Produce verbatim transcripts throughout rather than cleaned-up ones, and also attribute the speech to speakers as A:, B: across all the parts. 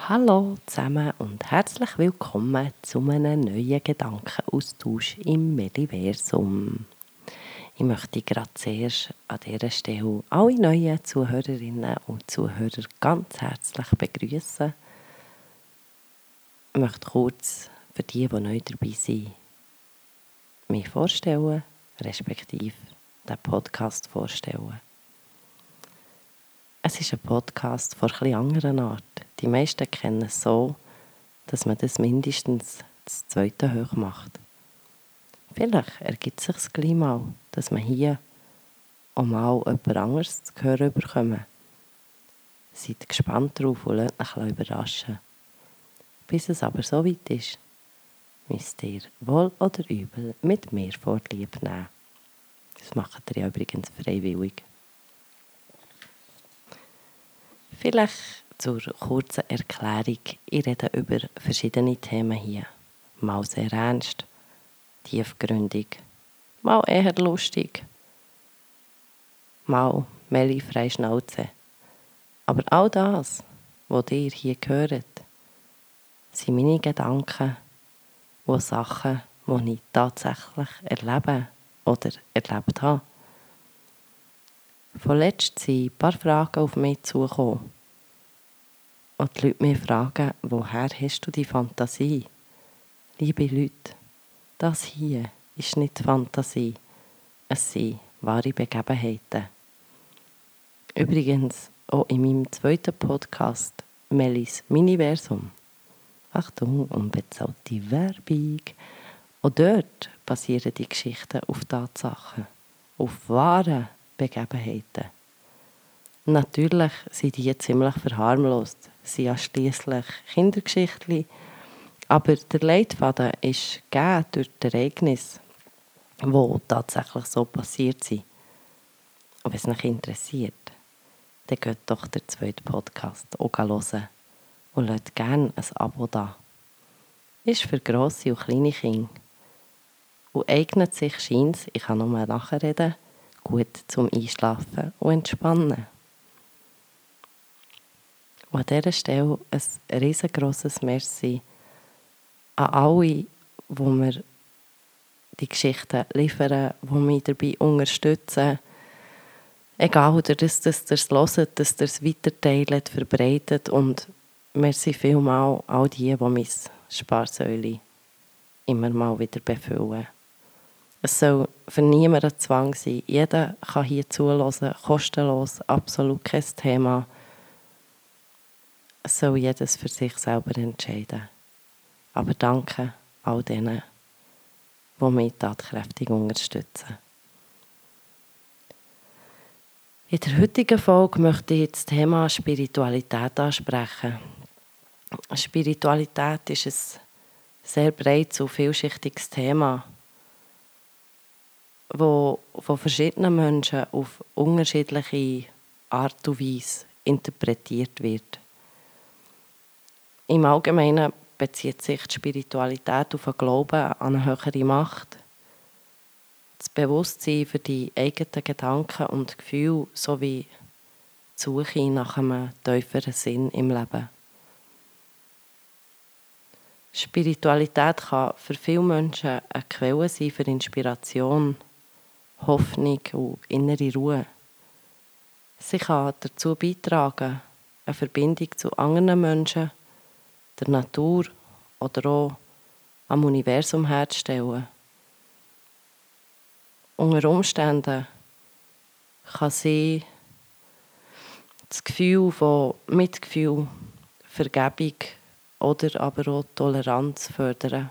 A: Hallo zusammen und herzlich willkommen zu einem neuen Gedankenaustausch im Mediversum. Ich möchte gerade zuerst an dieser Stelle alle neuen Zuhörerinnen und Zuhörer ganz herzlich begrüßen. Ich möchte kurz für die, die neu dabei sind, mich vorstellen, respektive den Podcast vorstellen. Es ist ein Podcast von etwas anderer Art. Die meisten kennen es so, dass man das mindestens das zweite hoch macht. Vielleicht ergibt es sich gleich mal, dass man hier auch mal jemand anderes zu hören bekommt. Seid gespannt drauf und lasst euch überraschen. Bis es aber so weit ist, müsst ihr wohl oder übel mit mir Vorlieb nehmen. Das macht ihr ja übrigens freiwillig. Vielleicht zur kurzen Erklärung. Ich rede über verschiedene Themen hier. Mal sehr ernst, tiefgründig, mal eher lustig, mal Meli frei Schnauze. Aber all das, was ihr hier hört, sind meine Gedanken und Sachen, die ich tatsächlich erlebe oder erlebt habe. Vorletzt sind ein paar Fragen auf mich zugekommen. Und die Leute mich fragen, woher hast du die Fantasie? Liebe Leute, das hier ist nicht Fantasie, es sind wahre Begebenheiten. Übrigens auch in meinem zweiten Podcast «Melis Miniversum». Achtung, unbezahlte Werbung. Auch dort basieren die Geschichten auf Tatsachen, auf wahren Begebenheiten. Natürlich sind die ziemlich verharmlost, sie sind ja schliesslich Kindergeschichten, aber der Leitfaden ist gegeben durch die Ereignisse, die tatsächlich so passiert sind. Und wenn es euch interessiert, dann geht doch der zweite Podcast auch hören und lasst gerne ein Abo da. Ist für grosse und kleine Kinder und eignet sich, scheint ich kann nur nachreden, gut zum Einschlafen und Entspannen. Und an dieser Stelle ein riesengroßes Merci an alle, die mir die Geschichten liefern, die mich dabei unterstützen. Egal, dass ihr es hört, dass ihr es weiterteilt, verbreitet. Und merci vielmals all die, die mein Sparsäule immer mal wieder befüllen. Es soll für niemanden ein Zwang sein. Jeder kann hier zuhören, kostenlos, absolut kein Thema. Es soll jedes für sich selber entscheiden. Aber danke all denen, die mich tatkräftig unterstützen. In der heutigen Folge möchte ich das Thema Spiritualität ansprechen. Spiritualität ist ein sehr breites und vielschichtiges Thema, das von verschiedenen Menschen auf unterschiedliche Art und Weise interpretiert wird. Im Allgemeinen bezieht sich die Spiritualität auf den Glauben an eine höhere Macht, das Bewusstsein für die eigenen Gedanken und Gefühle sowie die Suche nach einem tieferen Sinn im Leben. Spiritualität kann für viele Menschen eine Quelle sein für Inspiration, Hoffnung und innere Ruhe. Sie kann dazu beitragen, eine Verbindung zu anderen Menschen, der Natur oder auch am Universum herzustellen. Unter Umständen kann sie das Gefühl von Mitgefühl, Vergebung oder aber auch Toleranz fördern.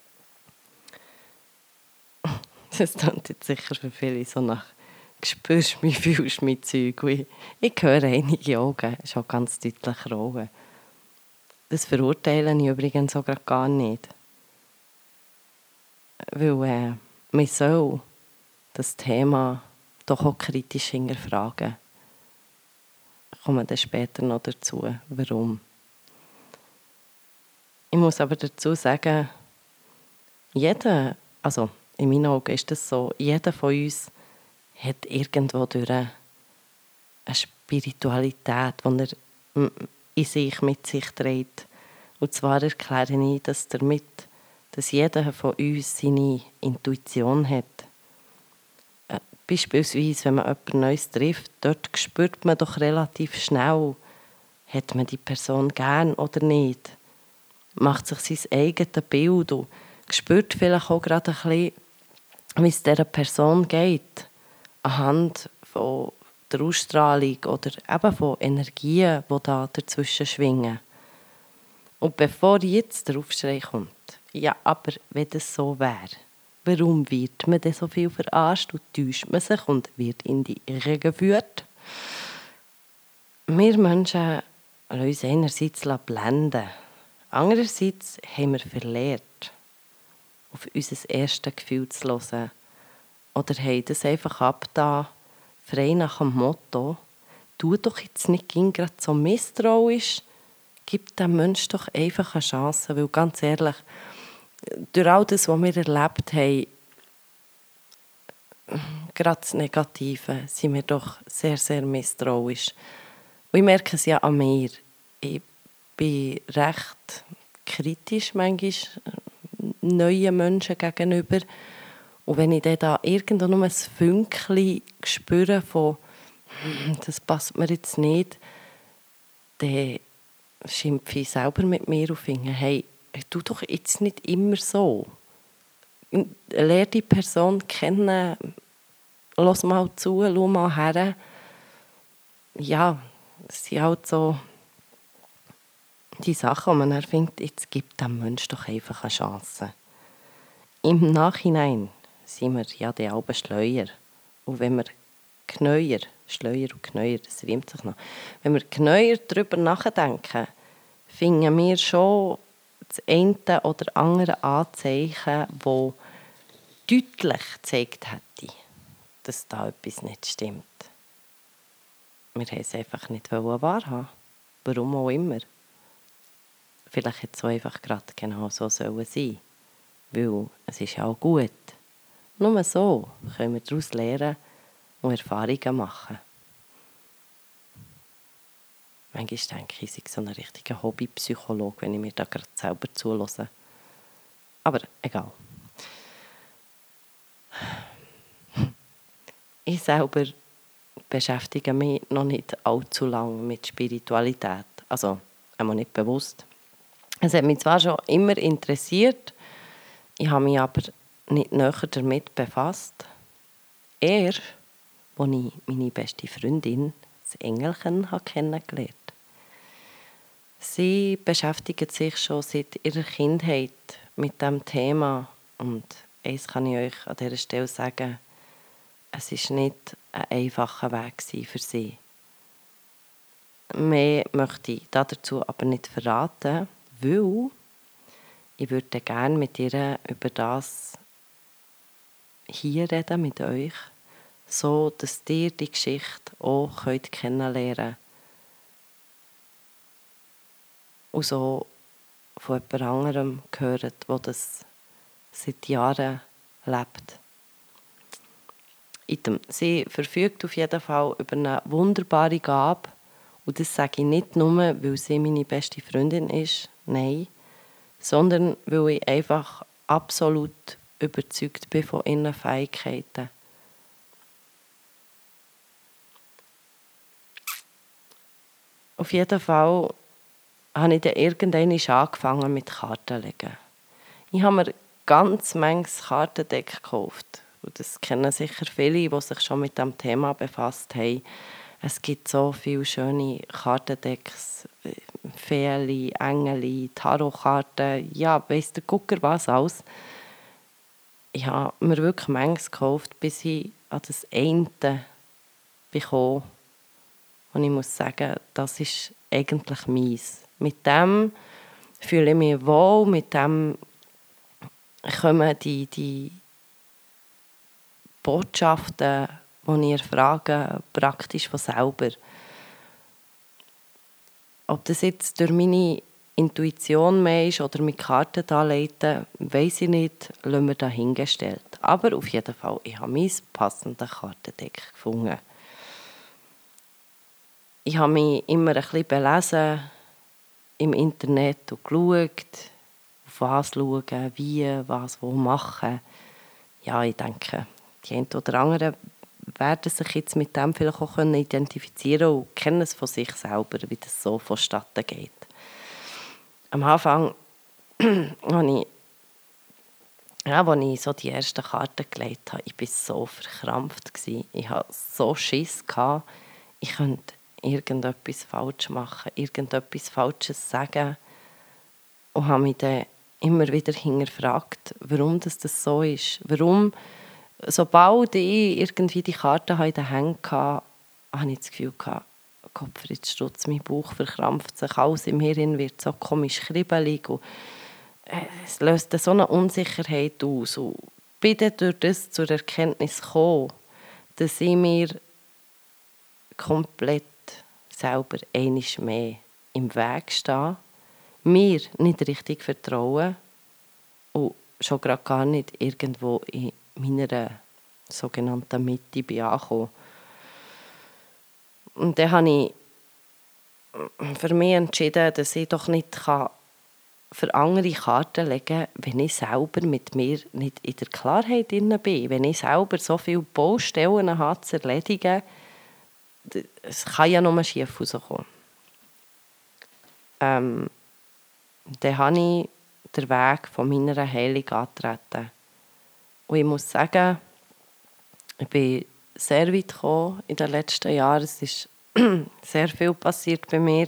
A: Das klingt jetzt sicher für viele so nach «Spürst mich, fühlst mich» Zeug. Ich, ich höre einige Augen, ist auch ganz deutlich rollen. Das verurteile ich übrigens auch gar nicht. Weil äh, man soll das Thema doch auch kritisch hinterfragen. Ich komme dann später noch dazu, warum. Ich muss aber dazu sagen, jeder, also in meinen Augen ist das so, jeder von uns hat irgendwo durch eine Spiritualität, die er in sich mit sich trägt. Und zwar erkläre ich das damit, dass jeder von uns seine Intuition hat. Äh, beispielsweise, wenn man jemanden Neues trifft, dort spürt man doch relativ schnell, hat man die Person gern oder nicht. Macht sich sein eigenes Bild und spürt vielleicht auch gerade ein bisschen, wie es dieser Person geht, anhand von der Ausstrahlung oder eben von Energien, die da dazwischen schwingen. Und bevor jetzt der Aufschrei kommt, ja, aber wenn das so wäre, warum wird man denn so viel verarscht und täuscht man sich und wird in die Irre geführt? Wir Menschen lassen uns einerseits blenden. Andererseits haben wir verlernt, auf unser erstes Gefühl zu hören. Oder haben das einfach abgetan, frei nach dem Motto, tu doch jetzt nicht gerade so misstrauisch, gib dem Menschen doch einfach eine Chance. Weil ganz ehrlich, durch all das, was wir erlebt haben, gerade das Negative, sind wir doch sehr, sehr misstrauisch. Und ich merke es ja an mir. Ich bin recht kritisch manchmal neuen Menschen gegenüber. Und wenn ich dann da irgendwo nur ein Fünkchen spüre von das passt mir jetzt nicht, dann schimpfe ich selber mit mir und finde, hey, tu doch jetzt nicht immer so. Lerne die Person kennen, lass mal zu, schau mal her. Ja, es sind halt so die Sachen, die man dann findet, jetzt gibt dem Menschen doch einfach eine Chance. Im Nachhinein sind wir ja die halben Schleuer. Und wenn wir genauer, Schleuer und genauer, das reimt sich noch, wenn wir genauer darüber nachdenken, finden wir schon das eine oder andere Anzeichen, das deutlich gezeigt hätte, dass da etwas nicht stimmt. Wir wollten es einfach nicht wahrhaben. Warum auch immer. Vielleicht hätte es so einfach gerade genau so sein sollen. Weil es ist ja auch gut. Nur so können wir daraus lernen und Erfahrungen machen. Manchmal denke ich, ich sei so ein richtiger Hobbypsychologe, wenn ich mir da gerade selber zuhöre. Aber egal. Ich selber beschäftige mich noch nicht allzu lange mit Spiritualität. Also, einmal nicht bewusst. Es hat mich zwar schon immer interessiert, ich habe mich aber nicht näher damit befasst. Erst, als ich meine beste Freundin, das Engelchen, kennengelernt habe. Sie beschäftigt sich schon seit ihrer Kindheit mit diesem Thema. Und eins kann ich euch an dieser Stelle sagen, es war nicht ein einfacher Weg für sie. Mehr möchte ich dazu aber nicht verraten, weil ich würde gerne mit ihr über das hier reden, mit euch, so dass ihr die Geschichte auch kennenlernen könnt. Und so von jemand anderem gehört, der das seit Jahren lebt. Sie verfügt auf jeden Fall über eine wunderbare Gabe. Und das sage ich nicht nur, weil sie meine beste Freundin ist, nein, sondern weil ich einfach absolut überzeugt bin von ihren Fähigkeiten. Auf jeden Fall habe ich dann irgendwann angefangen mit Kartenlegen. Ich habe mir ganz manches Kartendeck gekauft. Und das kennen sicher viele, die sich schon mit diesem Thema befasst haben. Es gibt so viele schöne Kartendecks, Feen, Engel, Tarotkarten, ja, weiss der Gucker was alles. Ich habe mir wirklich manches gekauft, bis ich an das eine bekam. Und ich muss sagen, das ist eigentlich meins. Mit dem fühle ich mich wohl, mit dem kommen die, die Botschaften, die ich erfrage, praktisch von selber. Ob das jetzt durch meine Intuition mehr ist oder mit Karten anleiten, weiss ich nicht, lassen wir dahingestellt. Aber auf jeden Fall, ich habe mein passendes Kartendeck gefunden. Ich habe mich immer ein bisschen belesen, im Internet und geschaut, auf was schauen, wie, was, wo machen. Ja, ich denke, die einen oder anderen werden sich jetzt mit dem vielleicht auch identifizieren und kennen es von sich selber, wie das so vonstatten geht. Am Anfang, als ich, ja, als ich so die ersten Karten gelegt habe, ich war so verkrampft. Ich hatte so Schiss, ich könnte irgendetwas falsch machen, irgendetwas Falsches sagen. Und habe mich dann immer wieder hinterfragt, warum das, das so ist. Warum, sobald ich irgendwie die Karte in den Händen hatte, habe ich das Gefühl gehabt, Gottfried Stutz, mein Bauch verkrampft sich, alles im Hirn wird so komisch kribbelig und es löst so eine Unsicherheit aus. Und bin dann durch das zur Erkenntnis gekommen, dass ich mir komplett selber einmal mehr im Weg stehe, mir nicht richtig vertrauen und schon gerade gar nicht irgendwo in meiner sogenannten Mitte bin angekommen. Und dann habe ich für mich entschieden, dass ich doch nicht für andere Karten legen kann, wenn ich selber mit mir nicht in der Klarheit bin. Wenn ich selber so viele Baustellen habe zu erledigen, es kann ja nur schief rauskommen. Ähm, dann habe ich den Weg von meiner Heilung angetreten. Und ich muss sagen, ich bin sehr weit gekommen in den letzten Jahren. Es ist sehr viel passiert bei mir.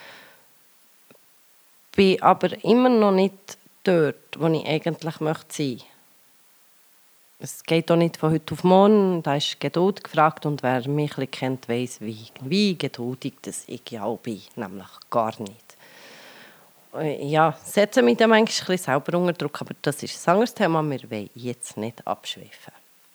A: Ich bin aber immer noch nicht dort, wo ich eigentlich sein möchte. Es geht auch nicht von heute auf morgen. Da ist Geduld gefragt. Und wer mich ein bisschen kennt, weiss, wie, wie geduldig das ich ja auch bin. Nämlich gar nicht. Ja, setze mich dann manchmal ein bisschen selber unter Druck, aber das ist ein anderes Thema. Wir wollen jetzt nicht abschweifen.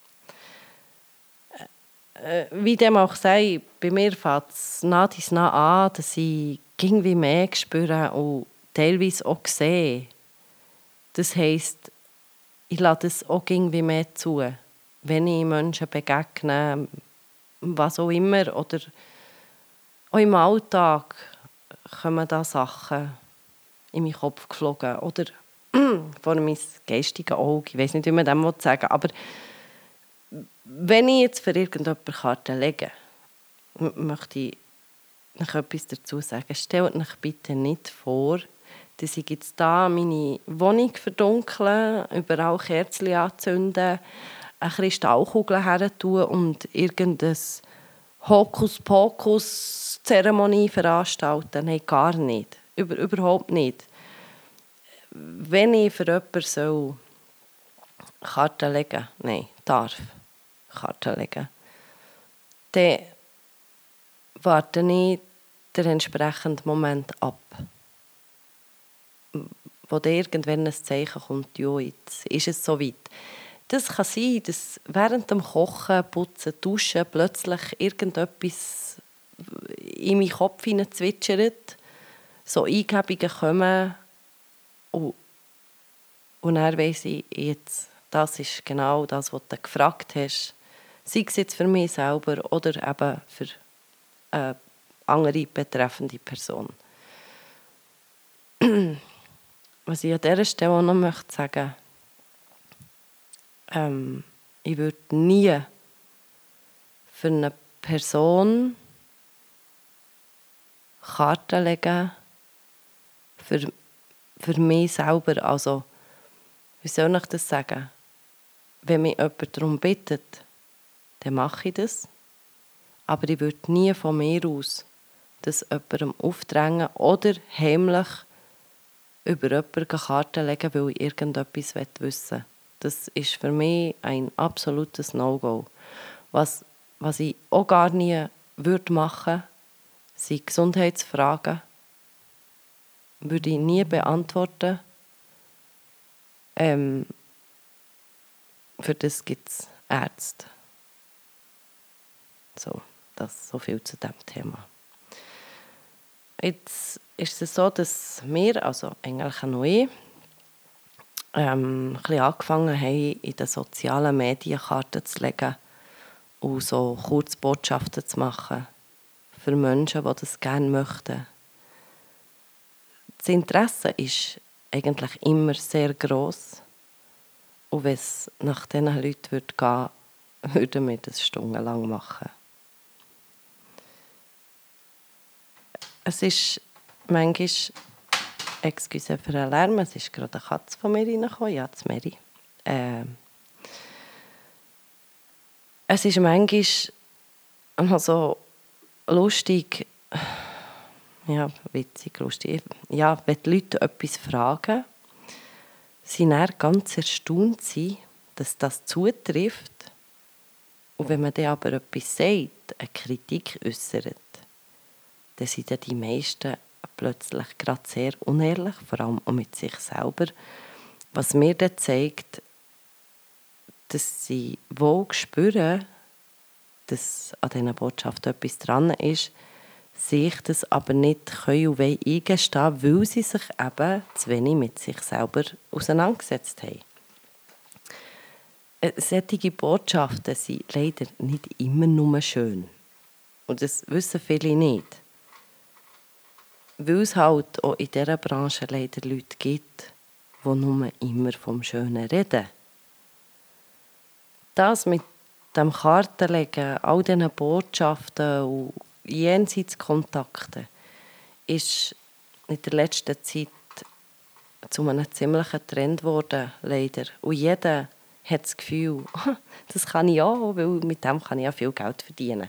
A: Äh, wie dem auch sei, bei mir fängt es nah dies nah an, dass ich irgendwie mehr spüre und teilweise auch sehe. Das heisst, ich lasse es auch irgendwie mehr zu, wenn ich Menschen begegne, was auch immer, oder auch im Alltag kommen da Sachen in meinen Kopf geflogen oder vor meinem geistigen Auge, ich weiß nicht, wie man das sagen will, aber wenn ich jetzt für irgendjemanden Karten lege, möchte ich noch etwas dazu sagen. Stellt euch bitte nicht vor, dass ich jetzt da meine Wohnung verdunkle, überall Kerzen anzünden, eine Kristallkugel her tue und irgendeine Hokuspokus-Zeremonie veranstalten. Nein, gar nicht. Über, überhaupt nicht. Wenn ich für jemanden soll Karten legen, nein, darf Karten legen, dann warte ich den entsprechenden Moment ab. Wo dann irgendwann ein Zeichen kommt, ja, jetzt ist es soweit. Das kann sein, dass während dem Kochen, Putzen, Duschen plötzlich irgendetwas in meinen Kopf hineinzwitschert, so Eingebungen kommen und, und dann weiss ich, jetzt, das ist genau das, was du gefragt hast. Sei es jetzt für mich selber oder eben für eine andere betreffende Person. Was ich an dieser Stelle auch noch möchte sagen, ähm, ich würde nie für eine Person Karten legen, für, für mich selber. Also, wie soll ich das sagen? Wenn mich jemand darum bittet, dann mache ich das. Aber ich würde nie von mir aus das jemandem aufdrängen oder heimlich über jemanden Karten legen, weil ich irgendetwas wissen will. Das ist für mich ein absolutes No-Go. Was, was ich auch gar nie würde machen, sind Gesundheitsfragen. Würde ich nie beantworten. Ähm, für das gibt es Ärzte. So, das so viel zu diesem Thema. Jetzt ist es so, dass wir, also eigentlich auch ich, ähm, ein bisschen angefangen haben, in den sozialen Medien Karten zu legen und so Kurzbotschaften zu machen für Menschen, die das gerne möchten. das Interesse ist eigentlich immer sehr gross. Und wenn es nach diesen Leuten würde gehen, würden wir das stundenlang machen. Es ist manchmal, excuse für den Lärm, es ist gerade eine Katze von mir reingekommen, ja, das Mary. Äh, es ist manchmal so lustig, ja, witzig, lustig, ja, wenn die Leute etwas fragen, sie dann ganz erstaunt sind, dass das zutrifft. Und wenn man dann aber etwas sagt, eine Kritik äußert, dann sind dann die meisten plötzlich gerade sehr unehrlich, vor allem auch mit sich selber. Was mir dann zeigt, dass sie wohl spüren, dass an dieser Botschaft etwas dran ist, sich das aber nicht können und wollen eingestehen, weil sie sich eben zu wenig mit sich selber auseinandergesetzt haben. Solche Botschaften sind leider nicht immer nur schön. Und das wissen viele nicht. Weil es halt auch in dieser Branche leider Leute gibt, die nur immer vom Schönen reden. Das mit dem Kartenlegen, all diesen Botschaften und Jenseitskontakten ist in der letzten Zeit zu einem ziemlichen Trend geworden, leider. Und jeder hat das Gefühl, das kann ich auch, weil mit dem kann ich ja viel Geld verdienen.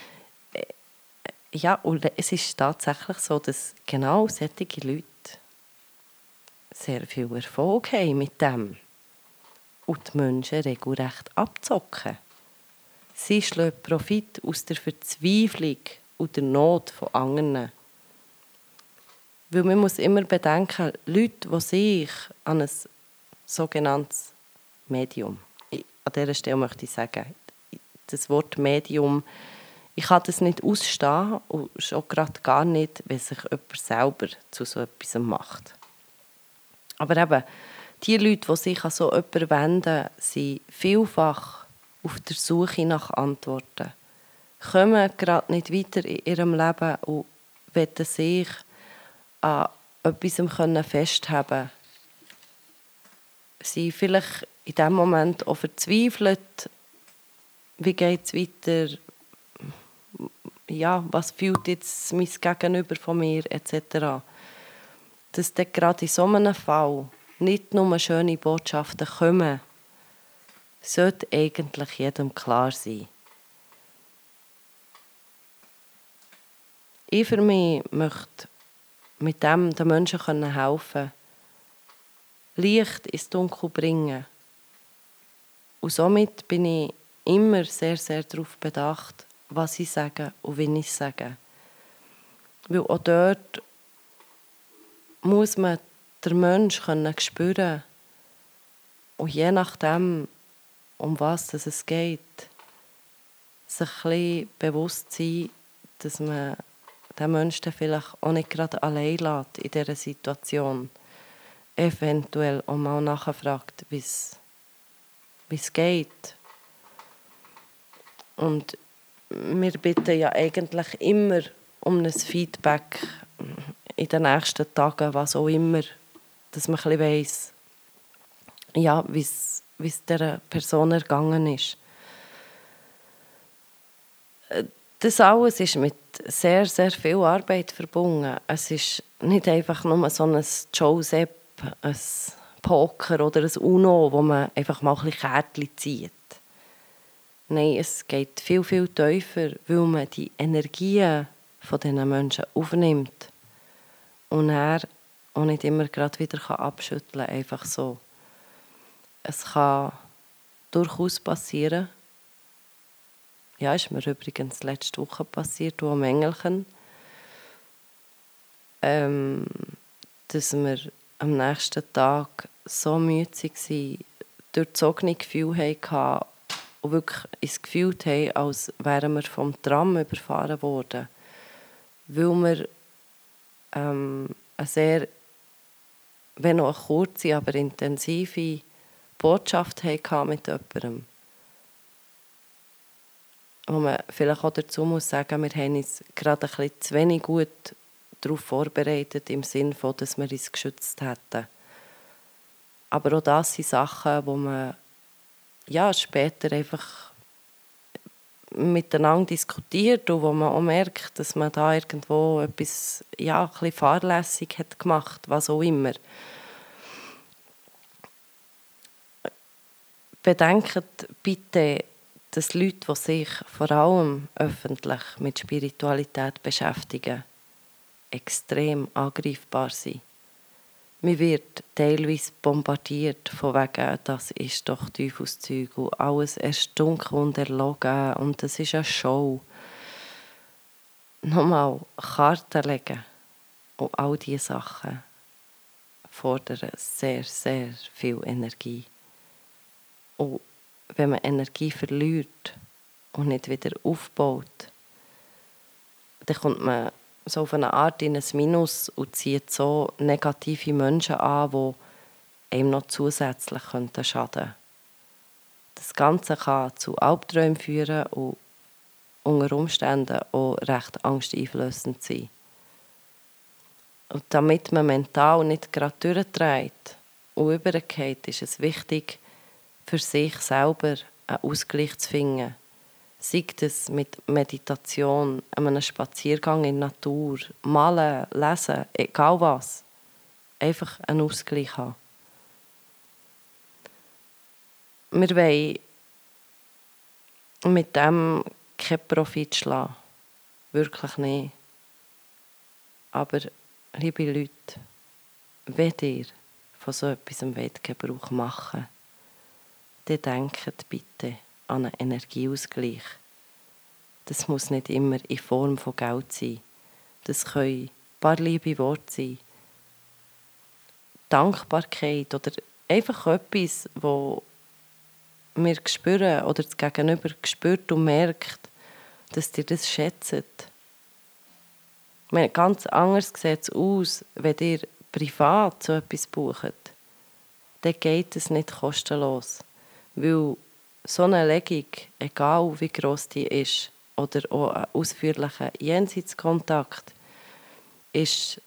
A: Ja, und es ist tatsächlich so, dass genau solche Leute sehr viel Erfolg haben mit dem. Und die Menschen regelrecht abzocken. Sie schlagen Profit aus der Verzweiflung und der Not von anderen. Weil man muss immer bedenken, Leute, die sich an ein sogenanntes Medium, an dieser Stelle möchte ich sagen, das Wort Medium, ich kann das nicht ausstehen und schon gerade gar nicht, wenn sich jemand selber zu so etwas macht. Aber eben, die Leute, die sich an so jemanden wenden, sind vielfach auf der Suche nach Antworten, kommen gerade nicht weiter in ihrem Leben und wollen sich an etwas festhalten. Sie sind vielleicht in diesem Moment auch verzweifelt, wie geht es weiter, ja, was fühlt jetzt mein Gegenüber von mir, et cetera. Dass dann gerade in so einem Fall nicht nur schöne Botschaften kommen, sollte eigentlich jedem klar sein. Ich für mich möchte mit dem den Menschen helfen, Licht ins Dunkel bringen. Und somit bin ich immer sehr, sehr darauf bedacht, was ich sage und wie ich sage. Weil auch dort muss man den Menschen spüren und je nachdem, um was es geht, sich ein bisschen bewusst sein, dass man den Menschen vielleicht auch nicht gerade allein lässt in dieser Situation. Eventuell auch mal nachfragt, wie es geht. Und wir bitten ja eigentlich immer um ein Feedback in den nächsten Tagen, was auch immer, dass man ein bisschen weiss, ja, wie es dieser Person ergangen ist. Das alles ist mit sehr, sehr viel Arbeit verbunden. Es ist nicht einfach nur so ein Joseph, ein Poker oder ein Uno, wo man einfach mal ein bisschen Kärtchen zieht. Nein, es geht viel, viel tiefer, weil man die Energien von diesen Menschen aufnimmt und er auch nicht immer gerade wieder abschütteln kann, einfach so. Es kann durchaus passieren, ja, ist mir übrigens letzte Woche passiert, wo am Engelchen, ähm, dass wir am nächsten Tag so müde waren, durchzogene Gefühle hatten und wirklich das Gefühl haben, als wären wir vom Tram überfahren worden, weil wir ähm, eine sehr, wenn auch eine kurze, aber intensive Botschaft hatten mit jemandem. Wo man vielleicht auch dazu muss sagen, wir haben uns gerade ein bisschen zu wenig gut darauf vorbereitet, im Sinne von, dass wir uns geschützt hätten. Aber auch das sind Sachen, wo man ja, später einfach miteinander diskutiert und wo man auch merkt, dass man da irgendwo etwas ja, ein bisschen fahrlässig hat gemacht, was auch immer. Bedenkt bitte, dass Leute, die sich vor allem öffentlich mit Spiritualität beschäftigen, extrem angreifbar sind. Man wird teilweise bombardiert von wegen, das ist doch Teufelszeug und alles erstunken und erlogen und das ist eine Show. Nochmal, Karten legen und all diese Sachen fordern sehr, sehr viel Energie. Und wenn man Energie verliert und nicht wieder aufbaut, dann kommt man so auf eine Art in ein Minus und zieht so negative Menschen an, die einem noch zusätzlich schaden könnten. Das Ganze kann zu Albträumen führen und unter Umständen auch recht angsteinflößend sein. Und damit man mental nicht gerade durchdreht und übergeht, ist es wichtig, für sich selber einen Ausgleich zu finden. Sei das mit Meditation, einem Spaziergang in der Natur, Malen, Lesen, egal was. Einfach einen Ausgleich haben. Wir wollen mit dem keinen Profit schlagen. Wirklich nicht. Aber, liebe Leute, wenn ihr von so etwas Gebrauch machen wollt, dann denkt bitte an einen Energieausgleich. Das muss nicht immer in Form von Geld sein. Das können ein paar liebe Worte sein. Dankbarkeit oder einfach etwas, wo wir spüren oder das Gegenüber spürt und merkt, dass ihr das schätzt. Ich meine, ganz anders sieht es aus, wenn ihr privat so etwas bucht. Dann geht es nicht kostenlos. Weil so eine Legung, egal wie gross die ist, oder auch ein ausführlicher Jenseitskontakt, ist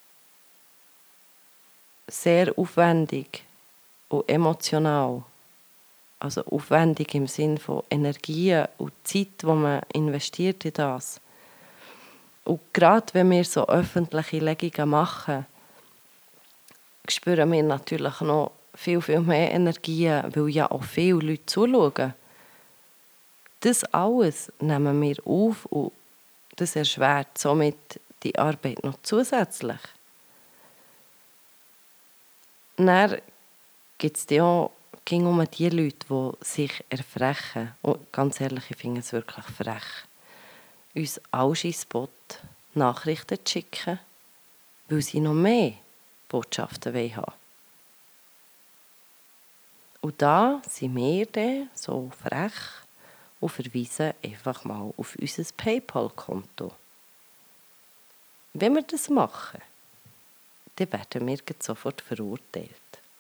A: sehr aufwendig und emotional. Also aufwendig im Sinne von Energie und Zeit, die man investiert in das. Und gerade wenn wir so öffentliche Legungen machen, spüren wir natürlich noch viel, viel mehr Energie, weil ja auch viele Leute zuschauen. Das alles nehmen wir auf und das erschwert somit die Arbeit noch zusätzlich. Dann gibt es ja auch um die Leute, die sich erfrechen. Und ganz ehrlich, ich finde es wirklich frech, uns Algi-Spot Nachrichten zu schicken, weil sie noch mehr Botschaften haben wollen. Und da sind wir dann so frech und verweisen einfach mal auf unser PayPal-Konto. Wenn wir das machen, dann werden wir sofort verurteilt.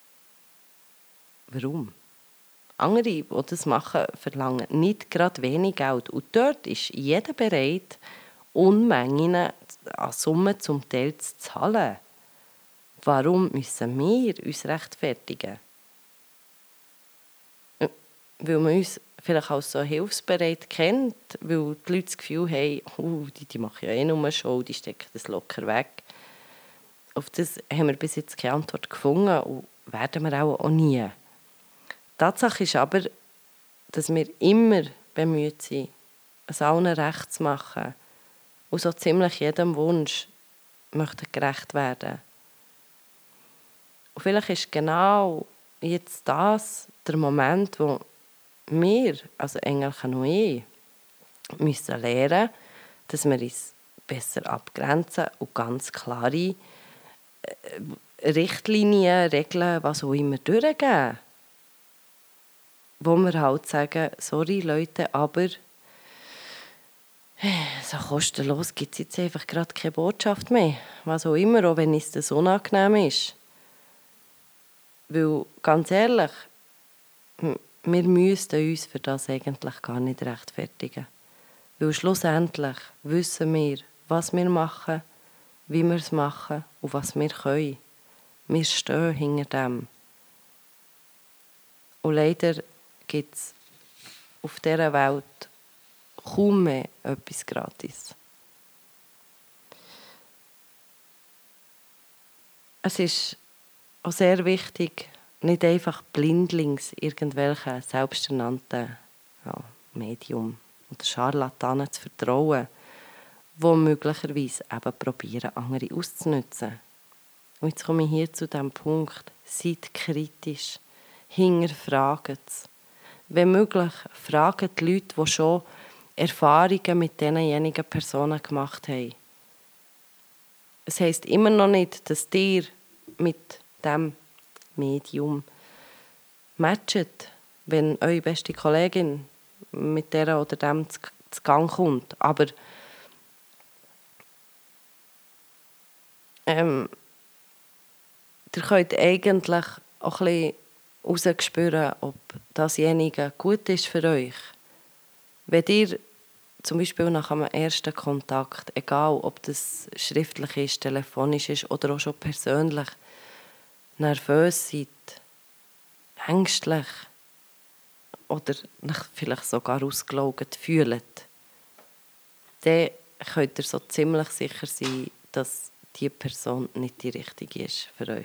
A: Warum? Andere, die das machen, verlangen nicht gerade wenig Geld. Und dort ist jeder bereit, Unmengen an Summen zum Teil zu zahlen. Warum müssen wir uns rechtfertigen? Weil man uns vielleicht auch so hilfsbereit kennt, weil die Leute das Gefühl haben, oh, die, die machen ja eh nur eine Show, die stecken das locker weg. Auf das haben wir bis jetzt keine Antwort gefunden und werden wir auch, auch nie. Tatsache ist aber, dass wir immer bemüht sind, es allen recht zu machen und so ziemlich jedem Wunsch möchten gerecht werden. Und vielleicht ist genau jetzt das der Moment, wo wir, also eigentlich noch ich, müssen lernen, dass wir uns besser abgrenzen und ganz klare Richtlinien, Regeln, was auch immer durchgeben. Wo wir halt sagen, sorry Leute, aber so kostenlos gibt es jetzt einfach gerade keine Botschaft mehr. Was auch immer, auch wenn es das unangenehm ist. Weil, ganz ehrlich, wir müssten uns für das eigentlich gar nicht rechtfertigen. Weil schlussendlich wissen wir, was wir machen, wie wir es machen und was wir können. Wir stehen hinter dem. Und leider gibt es auf dieser Welt kaum mehr etwas gratis. Es ist auch sehr wichtig, nicht einfach blindlings irgendwelchen selbsternannten ja, Medium oder Scharlatanen zu vertrauen, die möglicherweise eben probieren, andere auszunutzen. Und jetzt komme ich hier zu dem Punkt, seid kritisch, hinterfragt es. Wenn möglich, fragen die Leute, die schon Erfahrungen mit denjenigen Personen gemacht haben. Es heisst immer noch nicht, dass ihr mit dem Medium matcht, wenn eure beste Kollegin mit der oder dem zu, zu Gang kommt. Aber ähm, ihr könnt eigentlich auch ein bisschen herausspüren, ob dasjenige gut ist für euch. Wenn ihr zum Beispiel nach einem ersten Kontakt, egal ob das schriftlich ist, telefonisch ist oder auch schon persönlich, nervös seid, ängstlich oder euch vielleicht sogar ausgelaugt fühlt, dann könnt ihr so ziemlich sicher sein, dass diese Person nicht die richtige ist für euch.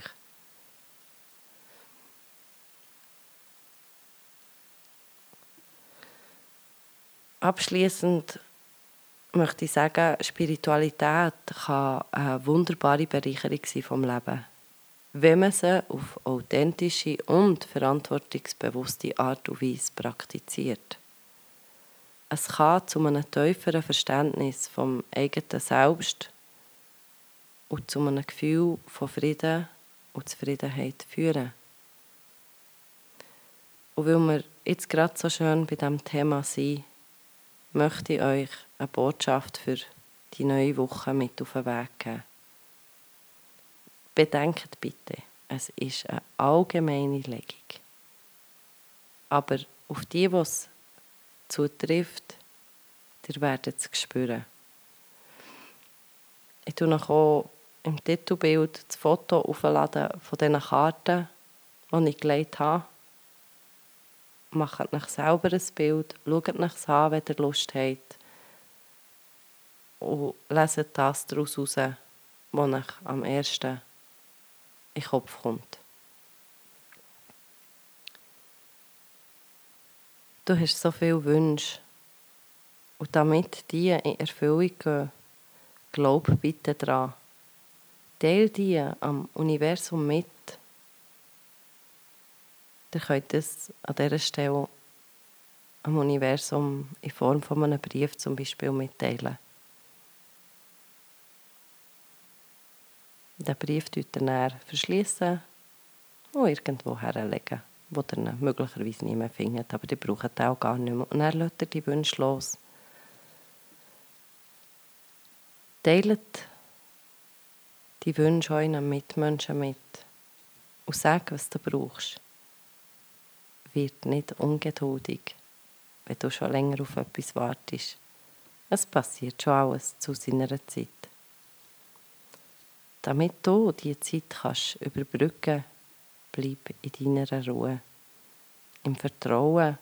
A: Abschliessend möchte ich sagen, Spiritualität kann eine wunderbare Bereicherung sein vom Leben, wenn man sie auf authentische und verantwortungsbewusste Art und Weise praktiziert. Es kann zu einem tieferen Verständnis vom eigenen Selbst und zu einem Gefühl von Frieden und Zufriedenheit führen. Und weil wir jetzt gerade so schön bei diesem Thema sind, möchte ich euch eine Botschaft für die neue Woche mit auf den Weg geben. Bedenkt bitte, es ist eine allgemeine Legung. Aber auf die, die es zutrifft, ihr werdet es spüren. Ich tue noch auch im Titelbild das Foto aufladen von diesen Karten, die ich gelegt habe. Macht euch selber ein Bild, schaut euch an, wenn ihr Lust habt. Und leset das daraus heraus, was euch am ersten in den Kopf kommt. Du hast so viele Wünsche. Und damit die in Erfüllung gehen, glaub bitte daran. Teil die am Universum mit. Ihr könnt es an dieser Stelle am Universum in Form von einem Brief zum Beispiel mitteilen. Den Brief verschließt ihr dann verschliessen und irgendwo herlegen, wo ihr ihn möglicherweise nicht mehr findet, aber die braucht ihr auch gar nicht mehr. Und dann lässt ihr die Wünsche los. Teilt die Wünsche euren Mitmenschen mit und sag, was du brauchst. Wird nicht ungeduldig, wenn du schon länger auf etwas wartest. Es passiert schon alles zu seiner Zeit. Damit du diese Zeit kannst überbrücken, bleib in deiner Ruhe, im Vertrauen,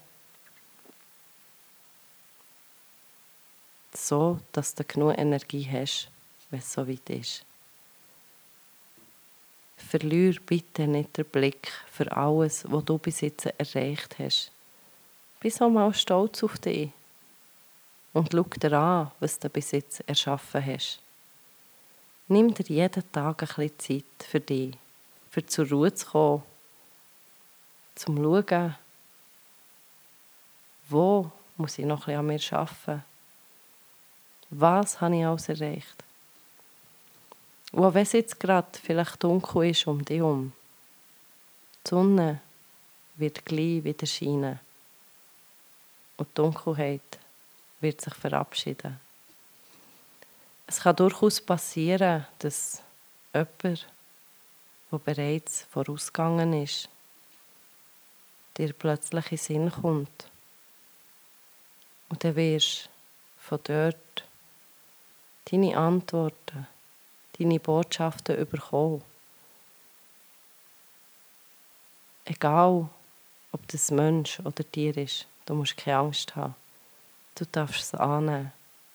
A: so, dass du genug Energie hast, wenn es so weit ist. Verlier bitte nicht den Blick für alles, was du bis jetzt erreicht hast. Bist auch mal stolz auf dich und schau dir an, was du bis jetzt erschaffen hast. Nimm dir jeden Tag ein bisschen Zeit für dich, für zur Ruhe zu kommen, zum Schauen, wo muss ich noch ein bisschen an mir arbeiten. Was habe ich alles erreicht? Und auch wenn es jetzt gerade vielleicht dunkel ist um dich herum, die Sonne wird gleich wieder scheinen und die Dunkelheit wird sich verabschieden. Es kann durchaus passieren, dass jemand, der bereits vorausgegangen ist, dir plötzlich in den Sinn kommt. Und dann wirst du von dort deine Antworten deine Botschaften bekommen. Egal, ob das Mensch oder Tier ist, du musst keine Angst haben. Du darfst es annehmen.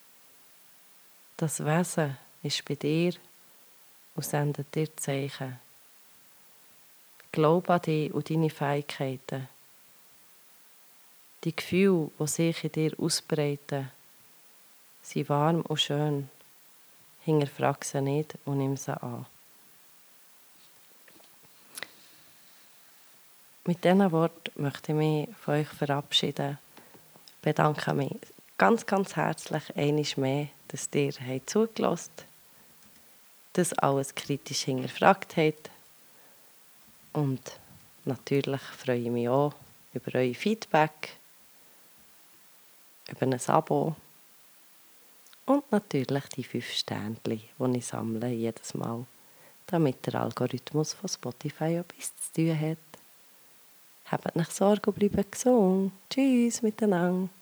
A: Das Wesen ist bei dir und sendet dir Zeichen. Glaube an dich und deine Fähigkeiten. Die Gefühle, die sich in dir ausbreiten, sind warm und schön. Hinterfrag sie nicht und nimm sie an. Mit diesen Worten möchte ich mich von euch verabschieden. Ich bedanke mich ganz, ganz herzlich einmal mehr, dass ihr zugelassen habt, das alles kritisch hinterfragt habt. Und natürlich freue ich mich auch über euer Feedback, über ein Abo und natürlich die fünf Sternchen, die ich sammle jedes Mal, damit der Algorithmus von Spotify etwas zu tun hat. Habt nicht Sorge und bleibt gesund. Tschüss miteinander.